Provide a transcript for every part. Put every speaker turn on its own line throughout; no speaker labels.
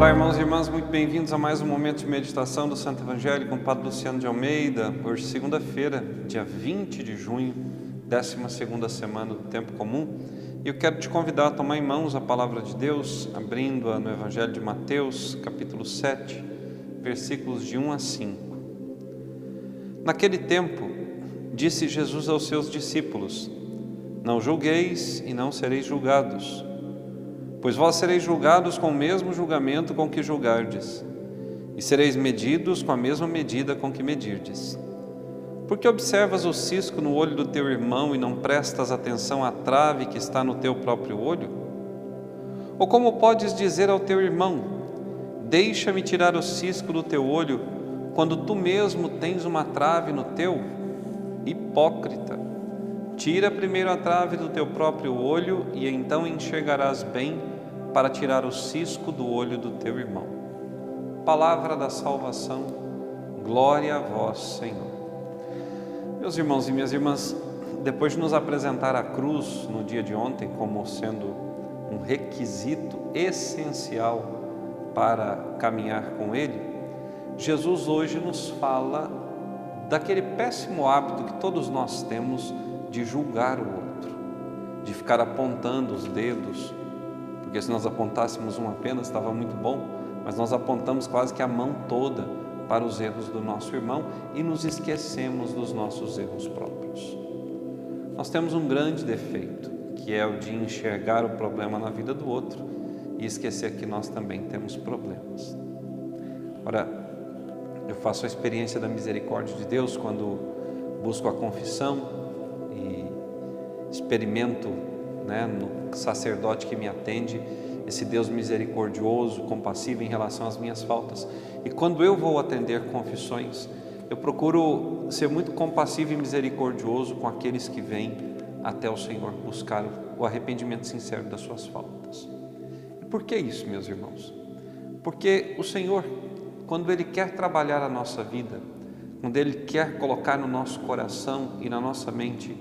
Olá, irmãos e irmãs, muito bem-vindos a mais um momento de meditação do Santo Evangelho com o Padre Luciano de Almeida. Hoje, segunda-feira, dia 20 de junho, 12ª semana do Tempo Comum. E eu quero te convidar a tomar em mãos a Palavra de Deus, abrindo-a no Evangelho de Mateus, capítulo 7, versículos de 1 a 5. Naquele tempo, disse Jesus aos seus discípulos: Não julgueis e não sereis julgados, pois vós sereis julgados com o mesmo julgamento com que julgardes, e sereis medidos com a mesma medida com que medirdes. Porque observas o cisco no olho do teu irmão e não prestas atenção à trave que está no teu próprio olho? Ou como podes dizer ao teu irmão: Deixa-me tirar o cisco do teu olho, quando tu mesmo tens uma trave no teu? Hipócrita! Tira primeiro a trave do teu próprio olho, e então enxergarás bem para tirar o cisco do olho do teu irmão. Palavra da salvação, glória a vós, Senhor. Meus irmãos e minhas irmãs, depois de nos apresentar a cruz no dia de ontem como sendo um requisito essencial para caminhar com Ele, Jesus hoje nos fala daquele péssimo hábito que todos nós temos de julgar o outro, de ficar apontando os dedos, porque se nós apontássemos um apenas estava muito bom, mas nós apontamos quase que a mão toda para os erros do nosso irmão e nos esquecemos dos nossos erros próprios. Nós temos um grande defeito, que é o de enxergar o problema na vida do outro e esquecer que nós também temos problemas. Ora, eu faço a experiência da misericórdia de Deus quando busco a confissão e experimento, no sacerdote que me atende, esse Deus misericordioso, compassivo em relação às minhas faltas. E quando eu vou atender confissões, eu procuro ser muito compassivo e misericordioso com aqueles que vêm até o Senhor buscar o arrependimento sincero das suas faltas. E por que isso, meus irmãos? Porque o Senhor, quando Ele quer trabalhar a nossa vida, quando Ele quer colocar no nosso coração e na nossa mente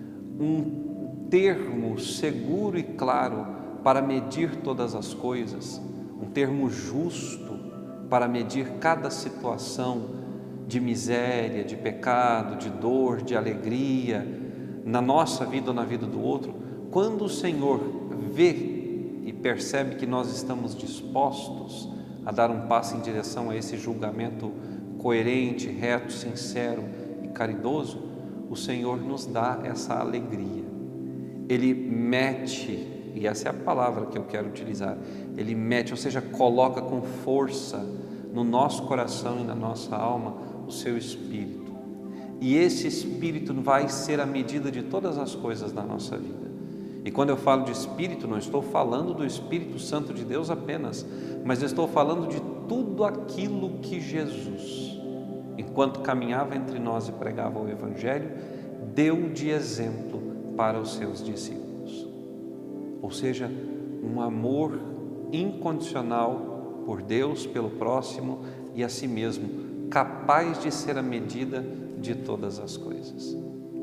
um termo seguro e claro para medir todas as coisas, um termo justo para medir cada situação de miséria, de pecado, de dor, de alegria, na nossa vida ou na vida do outro, quando o Senhor vê e percebe que nós estamos dispostos a dar um passo em direção a esse julgamento coerente, reto, sincero e caridoso, o Senhor nos dá essa alegria. Ele mete, e essa é a palavra que eu quero utilizar, Ele mete, ou seja, coloca com força no nosso coração e na nossa alma o seu Espírito. E esse Espírito vai ser a medida de todas as coisas da nossa vida. E quando eu falo de Espírito, não estou falando do Espírito Santo de Deus apenas, mas estou falando de tudo aquilo que Jesus, enquanto caminhava entre nós e pregava o Evangelho, deu de exemplo para os seus discípulos. Ou seja, um amor incondicional por Deus, pelo próximo e a si mesmo, capaz de ser a medida de todas as coisas.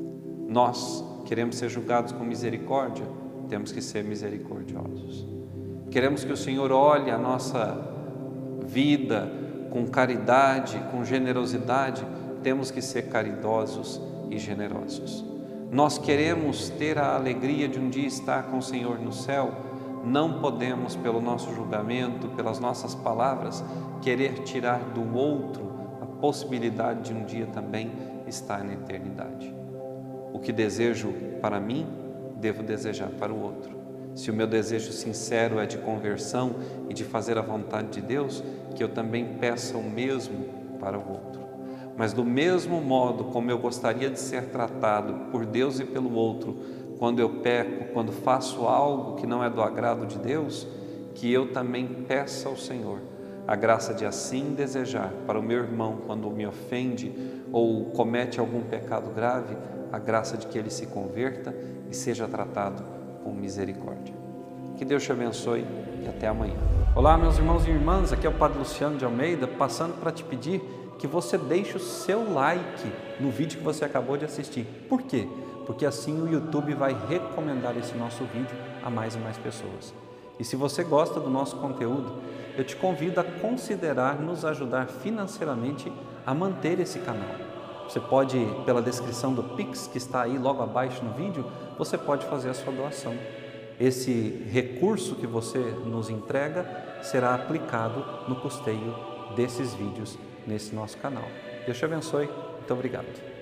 Nós queremos ser julgados com misericórdia, temos que ser misericordiosos. Queremos que o Senhor olhe a nossa vida com caridade, com generosidade, temos que ser caridosos e generosos. Nós queremos ter a alegria de um dia estar com o Senhor no céu, não podemos, pelo nosso julgamento, pelas nossas palavras, querer tirar do outro a possibilidade de um dia também estar na eternidade. O que desejo para mim, devo desejar para o outro. Se o meu desejo sincero é de conversão e de fazer a vontade de Deus, que eu também peça o mesmo para o outro. Mas do mesmo modo como eu gostaria de ser tratado por Deus e pelo outro, quando eu peco, quando faço algo que não é do agrado de Deus, que eu também peça ao Senhor a graça de assim desejar para o meu irmão quando me ofende ou comete algum pecado grave, a graça de que ele se converta e seja tratado com misericórdia. Que Deus te abençoe e até amanhã. Olá, meus irmãos e irmãs, aqui é o Padre Luciano de Almeida, passando para te pedir que você deixe o seu like no vídeo que você acabou de assistir. Por quê? Porque assim o YouTube vai recomendar esse nosso vídeo a mais e mais pessoas. E se você gosta do nosso conteúdo, eu te convido a considerar nos ajudar financeiramente a manter esse canal. Você pode, pela descrição do Pix que está aí logo abaixo no vídeo, você pode fazer a sua doação. Esse recurso que você nos entrega será aplicado no custeio desses vídeos nesse nosso canal. Deus te abençoe. Muito obrigado.